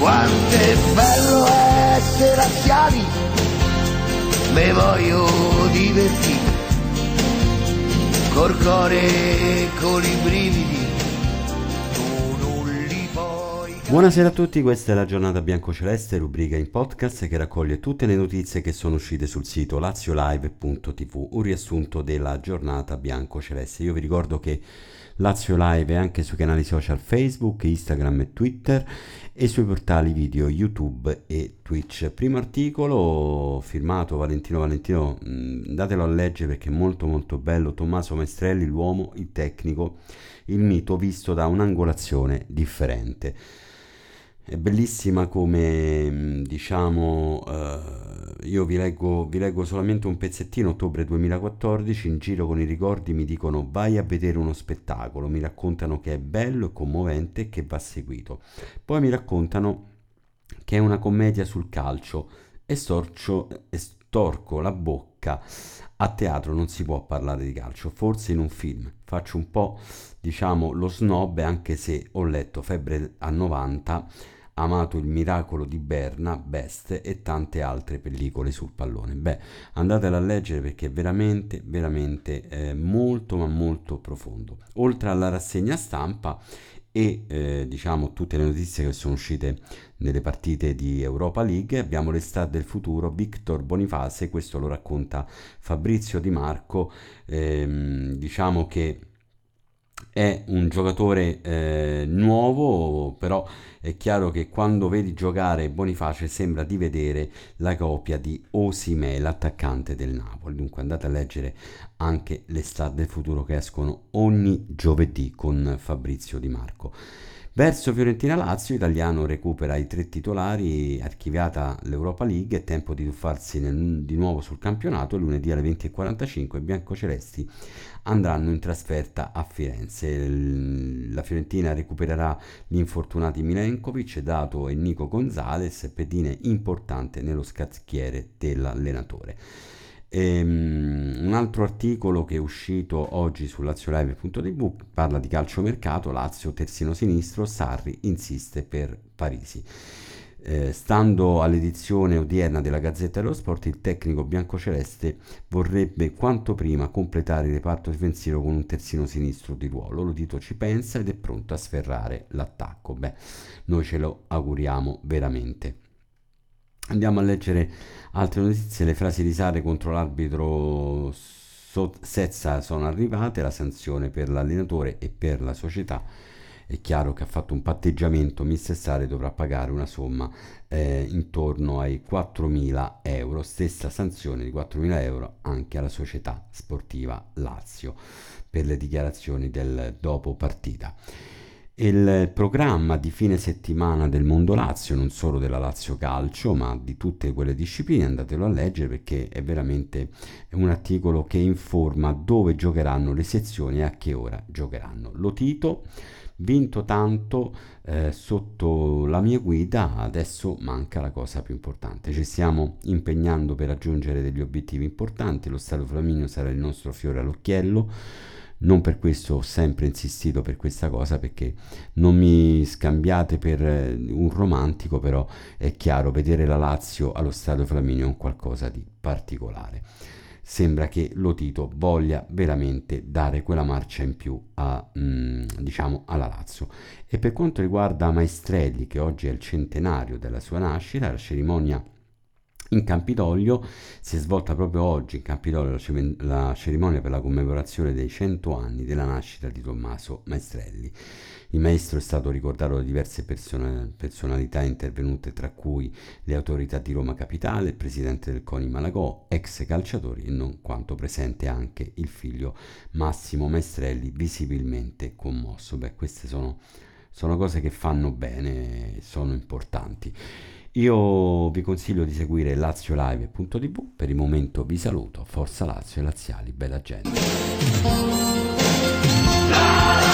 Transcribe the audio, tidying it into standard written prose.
Quanto è bello essere laziali, me voglio divertire, col cuore e con i brividi. Buonasera a tutti, questa è la giornata biancoceleste, rubrica in podcast che raccoglie tutte le notizie che sono uscite sul sito laziolive.tv, un riassunto della giornata biancoceleste. Io vi ricordo che Lazio Live è anche sui canali social Facebook, Instagram e Twitter e sui portali video YouTube e Twitch. Primo articolo firmato Valentino, andatelo a leggere perché è molto molto bello. Tommaso Maestrelli, l'uomo, il tecnico, il mito visto da un'angolazione differente. È bellissima come, io vi leggo solamente un pezzettino. Ottobre 2014, in giro con i ricordi mi dicono vai a vedere uno spettacolo, mi raccontano che è bello e commovente e che va seguito. Poi mi raccontano che è una commedia sul calcio e storco la bocca. A teatro non si può parlare di calcio, forse in un film. Faccio un po', lo snob, anche se ho letto Febbre a 90, amato Il miracolo di Berna, Best e tante altre pellicole sul pallone. Andatela a leggere perché è veramente, veramente molto ma molto profondo. Oltre alla rassegna stampa e tutte le notizie che sono uscite nelle partite di Europa League, abbiamo le star del futuro. Victor Boniface, questo lo racconta Fabrizio Di Marco, che è un giocatore nuovo, però è chiaro che quando vedi giocare Boniface sembra di vedere la copia di Osimhen, l'attaccante del Napoli. Dunque andate a leggere anche le star del futuro che escono ogni giovedì con Fabrizio Di Marco. Verso Fiorentina-Lazio, Italiano recupera i 3 titolari, archiviata l'Europa League, è tempo di tuffarsi di nuovo sul campionato. Lunedì alle 20:45 i biancocelesti andranno in trasferta a Firenze. La Fiorentina recupererà gli infortunati Milenkovic, Dato e Nico Gonzalez, pedine importante nello scacchiere dell'allenatore. Un altro articolo che è uscito oggi su laziolive.tv parla di calciomercato. Lazio terzino sinistro, Sarri insiste per Parisi. Stando all'edizione odierna della Gazzetta dello Sport, il tecnico biancoceleste vorrebbe quanto prima completare il reparto difensivo con un terzino sinistro di ruolo. L'udito ci pensa ed è pronto a sferrare l'attacco. Noi ce lo auguriamo veramente. Andiamo a leggere altre notizie. Le frasi di Sarri contro l'arbitro Sezza sono arrivate, la sanzione per l'allenatore e per la società. È chiaro che ha fatto un patteggiamento, mister Sarri dovrà pagare una somma intorno ai 4.000 euro, stessa sanzione di 4.000 euro anche alla società sportiva Lazio per le dichiarazioni del dopo partita. Il programma di fine settimana del Mondo Lazio, non solo della Lazio Calcio ma di tutte quelle discipline, andatelo a leggere perché è veramente un articolo che informa dove giocheranno le sezioni e a che ora giocheranno. Lotito, vinto tanto sotto la mia guida, adesso manca la cosa più importante. Ci stiamo impegnando per raggiungere degli obiettivi importanti, lo Stadio Flaminio sarà il nostro fiore all'occhiello. Non per questo ho sempre insistito per questa cosa, perché non mi scambiate per un romantico, però è chiaro, vedere la Lazio allo Stadio Flaminio è un qualcosa di particolare. Sembra che Lotito voglia veramente dare quella marcia in più alla Lazio. E per quanto riguarda Maestrelli, che oggi è il centenario della sua nascita, la cerimonia in Campidoglio si è svolta proprio oggi in Campidoglio la cerimonia per la commemorazione dei 100 anni della nascita di Tommaso Maestrelli. Il maestro è stato ricordato da diverse personalità intervenute, tra cui le autorità di Roma Capitale, il presidente del CONI Malagò, ex calciatori e non quanto presente anche il figlio Massimo Maestrelli, visibilmente commosso. Queste sono cose che fanno bene, sono importanti. Io vi consiglio di seguire laziolive.tv. Per il momento vi saluto, forza Lazio e laziali, bella gente.